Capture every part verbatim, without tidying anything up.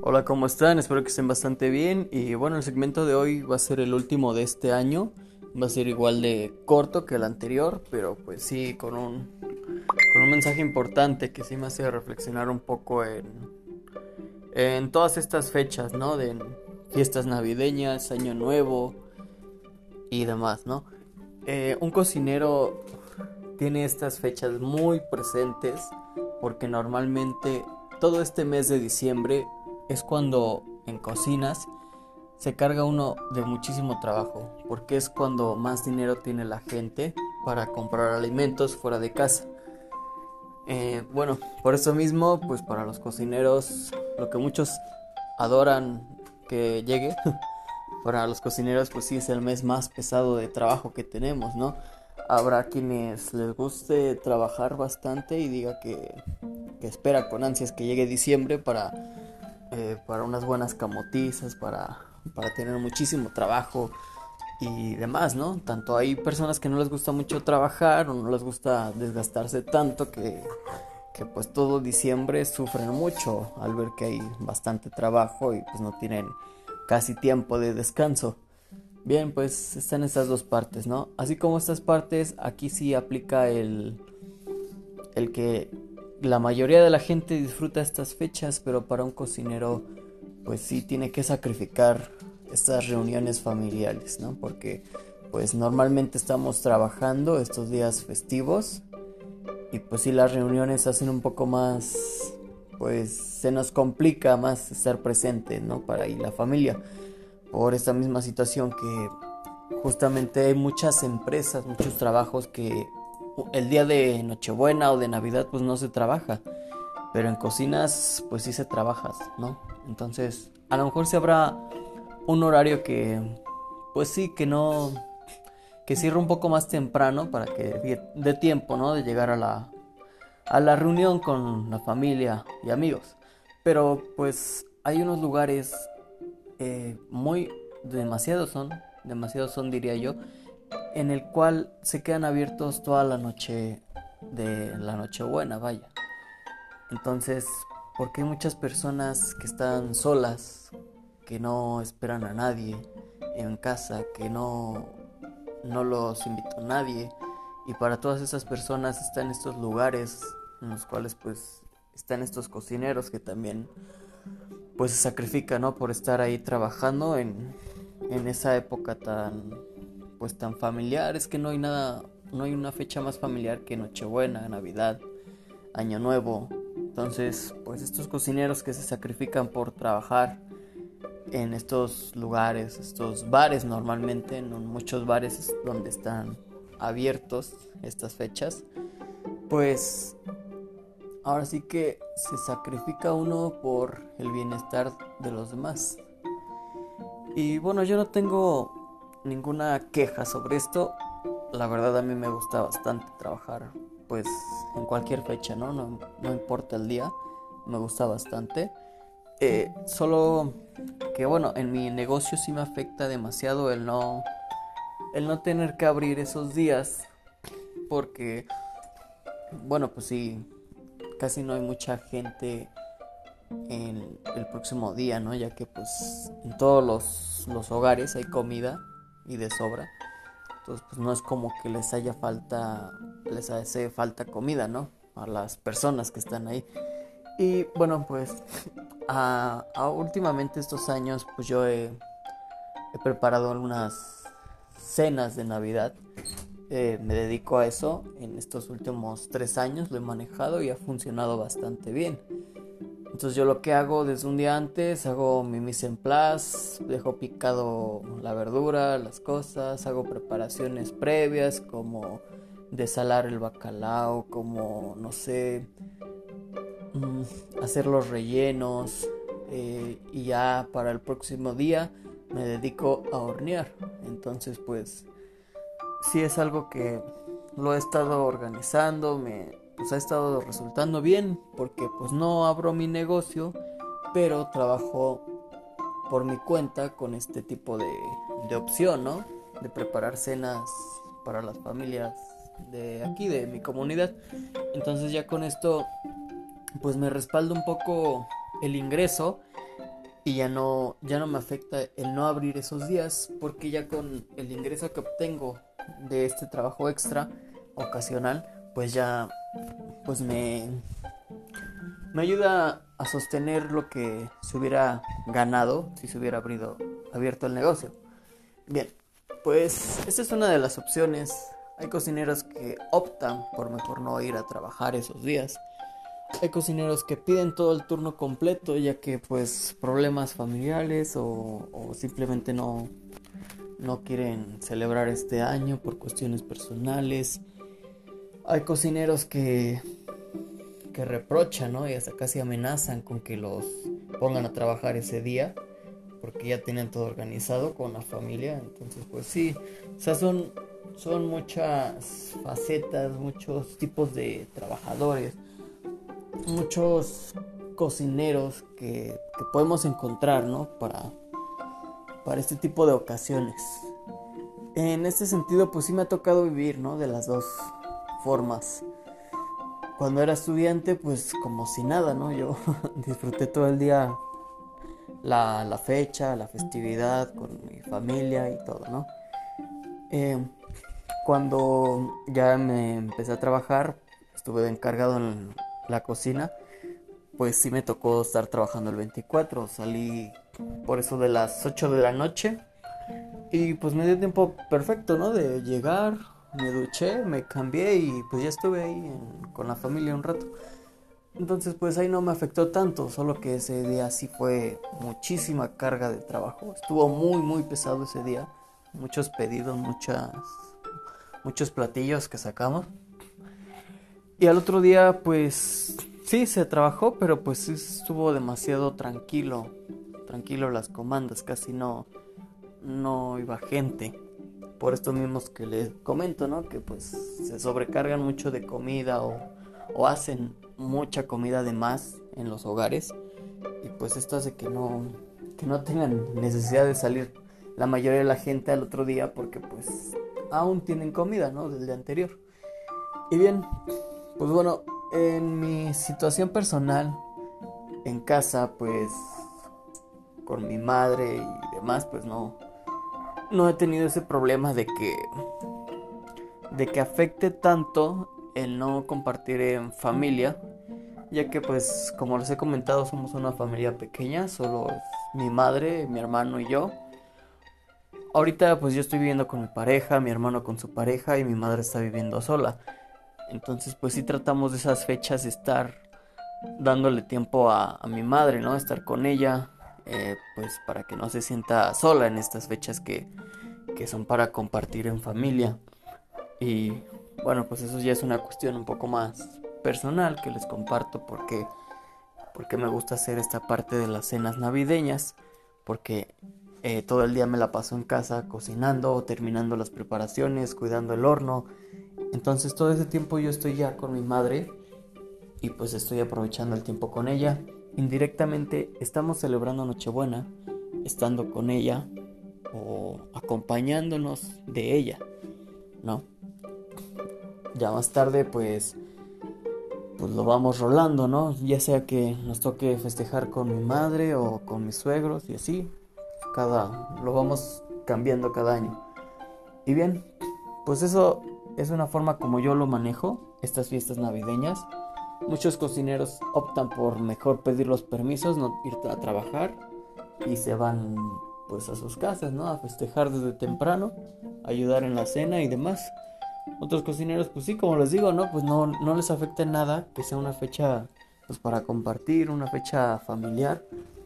Hola, ¿cómo están? Espero que estén bastante bien. Y bueno, el segmento de hoy va a ser el último de este año. Va a ser igual de corto que el anterior, pero pues sí, con un, con un mensaje importante que sí me hace reflexionar un poco en, en todas estas fechas, ¿no? De fiestas navideñas, Año Nuevo y demás, ¿no? Eh, un cocinero tiene estas fechas muy presentes porque normalmente todo este mes de diciembre es cuando en cocinas se carga uno de muchísimo trabajo, porque es cuando más dinero tiene la gente para comprar alimentos fuera de casa. Eh, bueno, por eso mismo, pues para los cocineros, lo que muchos adoran que llegue, para los cocineros pues sí es el mes más pesado de trabajo que tenemos, ¿no? Habrá quienes les guste trabajar bastante y diga que, que espera con ansias que llegue diciembre para, eh, para unas buenas camotizas, para, para tener muchísimo trabajo y demás, ¿no? Tanto hay personas que no les gusta mucho trabajar o no les gusta desgastarse tanto que, que pues todo diciembre sufren mucho al ver que hay bastante trabajo y pues no tienen casi tiempo de descanso. Bien, pues están estas dos partes, ¿no? Así como estas partes, aquí sí aplica el, el que la mayoría de la gente disfruta estas fechas, pero para un cocinero, pues sí tiene que sacrificar estas reuniones familiares, ¿no? Porque pues normalmente estamos trabajando estos días festivos y pues sí las reuniones hacen un poco más, pues se nos complica más estar presente, ¿no? Para ir la familia por esta misma situación que justamente hay muchas empresas, muchos trabajos que el día de Nochebuena o de Navidad pues no se trabaja, pero en cocinas pues sí se trabaja, ¿no? Entonces a lo mejor se habrá un horario que pues sí que no que cierre un poco más temprano para que dé tiempo, ¿no? De llegar a la a la reunión con la familia y amigos. Pero pues hay unos lugares eh, muy demasiados son, demasiados son diría yo, en el cual se quedan abiertos toda la noche de la Nochebuena, vaya. Entonces, porque hay muchas personas que están solas, que no esperan a nadie en casa, que no, no los invitó nadie. Y para todas esas personas están estos lugares en los cuales pues están estos cocineros que también pues se sacrifican, ¿no? Por estar ahí trabajando en, en esa época tan pues tan familiar. Es que no hay nada, no hay una fecha más familiar que Nochebuena, Navidad, Año Nuevo. Entonces pues estos cocineros que se sacrifican por trabajar en estos lugares, estos bares normalmente, en muchos bares donde están abiertos estas fechas, pues ahora sí que se sacrifica uno por el bienestar de los demás. Y bueno, yo no tengo ninguna queja sobre esto. La verdad a mí me gusta bastante trabajar pues en cualquier fecha, ¿no? No, no importa el día, me gusta bastante. Eh, solo que bueno, en mi negocio sí me afecta demasiado el no, el no tener que abrir esos días. Porque, bueno, pues sí, casi no hay mucha gente en el próximo día, ¿no? Ya que pues en todos los, los hogares hay comida y de sobra. Entonces pues no es como que les haya falta, les hace falta comida, ¿no? A las personas que están ahí. Y bueno, pues a, a últimamente estos años pues yo he, he preparado algunas cenas de Navidad. Eh, me dedico a eso en estos últimos tres años, lo he manejado y ha funcionado bastante bien. Entonces yo lo que hago desde un día antes, hago mi mise en place, dejo picado la verdura, las cosas, hago preparaciones previas como desalar el bacalao, como no sé, mmm, hacer los rellenos, eh, y ya para el próximo día me dedico a hornear. Entonces pues sí es algo que lo he estado organizando, me pues ha estado resultando bien porque pues no abro mi negocio, pero trabajo por mi cuenta con este tipo de, de opción, ¿no? De preparar cenas para las familias de aquí, de mi comunidad. Entonces ya con esto pues me respalda un poco el ingreso y ya no, ya no me afecta el no abrir esos días, porque ya con el ingreso que obtengo de este trabajo extra ocasional, pues ya pues me, me ayuda a sostener lo que se hubiera ganado si se hubiera abrido, abierto el negocio. Bien, pues esta es una de las opciones. Hay cocineros que optan por mejor no ir a trabajar esos días. Hay cocineros que piden todo el turno completo, ya que pues problemas familiares o, o simplemente no, no quieren celebrar este año por cuestiones personales. Hay cocineros que, que reprochan, ¿no? Y hasta casi amenazan con que los pongan a trabajar ese día, porque ya tienen todo organizado con la familia. Entonces pues sí, o sea, son, son muchas facetas, muchos tipos de trabajadores, muchos cocineros que, que podemos encontrar, ¿no? Para, para este tipo de ocasiones. En este sentido, pues sí me ha tocado vivir, ¿no? De las dos formas. Cuando era estudiante, pues como si nada, ¿no? Yo disfruté todo el día la, la fecha, la festividad con mi familia y todo, ¿no? Eh, cuando ya me empecé a trabajar, estuve encargado en la cocina, pues sí me tocó estar trabajando el veinticuatro. Salí por eso de las ocho de la noche y pues me dio tiempo perfecto, ¿no? De llegar, me duché, me cambié y pues ya estuve ahí en, con la familia un rato. Entonces pues ahí no me afectó tanto, solo que ese día sí fue muchísima carga de trabajo. Estuvo muy muy pesado ese día. Muchos pedidos, muchas, muchos platillos que sacamos. Y al otro día pues sí se trabajó, pero pues sí estuvo demasiado tranquilo. Tranquilo las comandas, casi no, no iba gente. Por estos mismos que les comento, ¿no? Que pues se sobrecargan mucho de comida o, o hacen mucha comida de más en los hogares. Y pues esto hace que no, que no tengan necesidad de salir la mayoría de la gente al otro día, porque pues aún tienen comida, ¿no? Del día anterior. Y bien, pues bueno, en mi situación personal, en casa, pues con mi madre y demás, pues no, no he tenido ese problema de que, de que afecte tanto el no compartir en familia, ya que pues como les he comentado somos una familia pequeña, solo es mi madre, mi hermano y yo. Ahorita pues yo estoy viviendo con mi pareja, mi hermano con su pareja y mi madre está viviendo sola. Entonces pues sí tratamos de esas fechas de estar dándole tiempo a, a mi madre, ¿no? Estar con ella, eh, pues para que no se sienta sola en estas fechas que, que son para compartir en familia. Y bueno, pues eso ya es una cuestión un poco más personal que les comparto, porque, porque me gusta hacer esta parte de las cenas navideñas, porque eh, todo el día me la paso en casa cocinando, terminando las preparaciones, cuidando el horno. Entonces todo ese tiempo yo estoy ya con mi madre y pues estoy aprovechando el tiempo con ella. Indirectamente estamos celebrando Nochebuena estando con ella o acompañándonos de ella, ¿no? Ya más tarde pues pues lo vamos rolando, ¿no? Ya sea que nos toque festejar con mi madre o con mis suegros y así, cada lo vamos cambiando cada año. Y bien, pues eso es una forma como yo lo manejo estas fiestas navideñas. Muchos cocineros optan por mejor pedir los permisos, no ir a trabajar y se van pues a sus casas, ¿no? A festejar desde temprano, ayudar en la cena y demás. Otros cocineros pues sí, como les digo, ¿no? Pues no, no les afecta en nada que sea una fecha pues para compartir, una fecha familiar.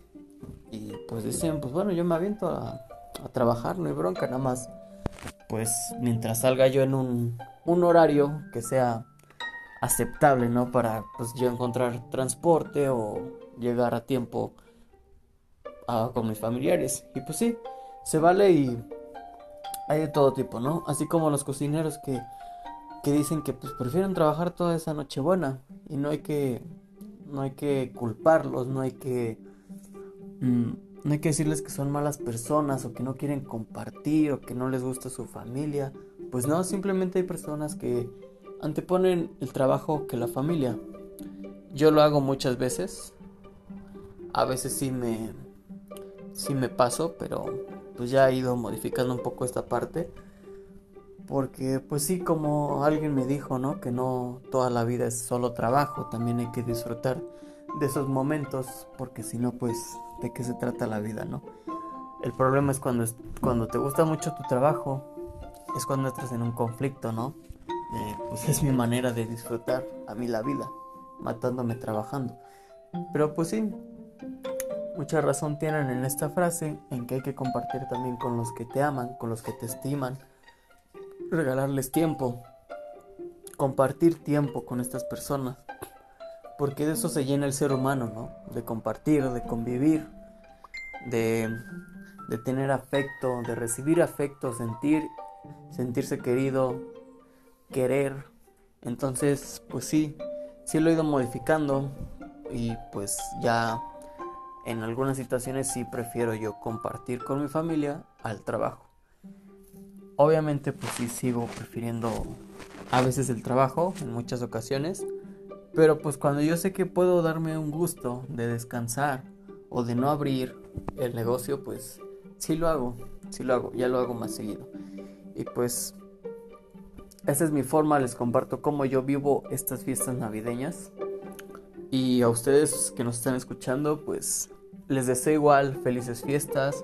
Y pues dicen, pues bueno, yo me aviento a, a trabajar, no hay bronca, nada más. Pues mientras salga yo en un, un horario que sea aceptable, ¿no? Para pues yo encontrar transporte o llegar a tiempo a, con mis familiares. Y pues sí, se vale y hay de todo tipo, ¿no? Así como los cocineros que, que dicen que pues prefieren trabajar toda esa Nochebuena y no hay que no hay que culparlos, no hay que mmm, no hay que decirles que son malas personas o que no quieren compartir o que no les gusta su familia. Pues no, simplemente hay personas que anteponen el trabajo que la familia. Yo lo hago muchas veces. A veces sí me sí me paso, pero pues ya he ido modificando un poco esta parte. Porque pues sí, como alguien me dijo, ¿no? Que no toda la vida es solo trabajo, también hay que disfrutar de esos momentos, porque si no, pues, ¿de qué se trata la vida, no? El problema es cuando, es, cuando te gusta mucho tu trabajo, es cuando entras en un conflicto, ¿no? Eh, pues es mi manera de disfrutar a mí la vida, matándome trabajando. Pero pues sí, mucha razón tienen en esta frase, en que hay que compartir también con los que te aman, con los que te estiman, regalarles tiempo, compartir tiempo con estas personas, porque de eso se llena el ser humano, ¿no? De compartir, de convivir, de, de tener afecto, de recibir afecto, sentir, sentirse querido, querer. Entonces, pues sí, sí lo he ido modificando y pues ya en algunas situaciones sí prefiero yo compartir con mi familia al trabajo. Obviamente pues sí sigo prefiriendo a veces el trabajo en muchas ocasiones, pero pues cuando yo sé que puedo darme un gusto de descansar o de no abrir el negocio, pues sí lo hago, sí lo hago, ya lo hago más seguido. Y pues esa es mi forma, les comparto cómo yo vivo estas fiestas navideñas. Y a ustedes que nos están escuchando, pues les deseo igual felices fiestas,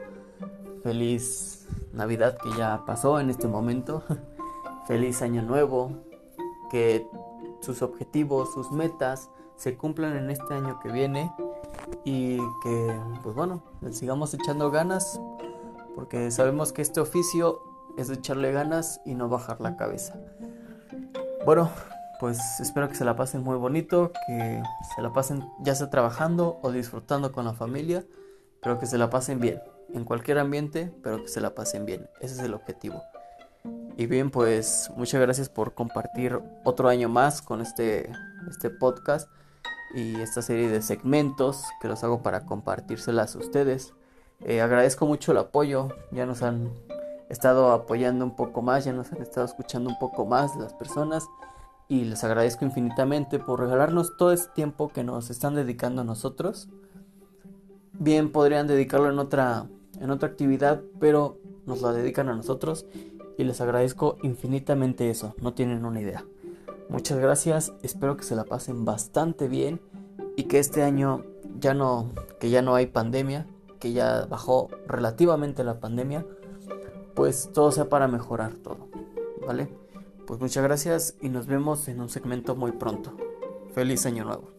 feliz Navidad que ya pasó en este momento, feliz año nuevo, que sus objetivos, sus metas se cumplan en este año que viene y que pues bueno, les sigamos echando ganas, porque sabemos que este oficio es de echarle ganas y no bajar la cabeza. Bueno, pues espero que se la pasen muy bonito, que se la pasen ya sea trabajando o disfrutando con la familia, pero que se la pasen bien, en cualquier ambiente, pero que se la pasen bien, ese es el objetivo. Y bien, pues muchas gracias por compartir otro año más con este, este podcast y esta serie de segmentos que los hago para compartírselas a ustedes. Eh, agradezco mucho el apoyo, ya nos han estado apoyando un poco más, ya nos han estado escuchando un poco más las personas y les agradezco infinitamente por regalarnos todo este tiempo que nos están dedicando a nosotros. Bien podrían dedicarlo en otra, en otra actividad, pero nos la dedican a nosotros y les agradezco infinitamente eso, no tienen una idea. Muchas gracias, espero que se la pasen bastante bien y que este año ya no, que ya no hay pandemia, que ya bajó relativamente la pandemia, pues todo sea para mejorar todo, ¿vale? Pues muchas gracias y nos vemos en un segmento muy pronto. Feliz año nuevo.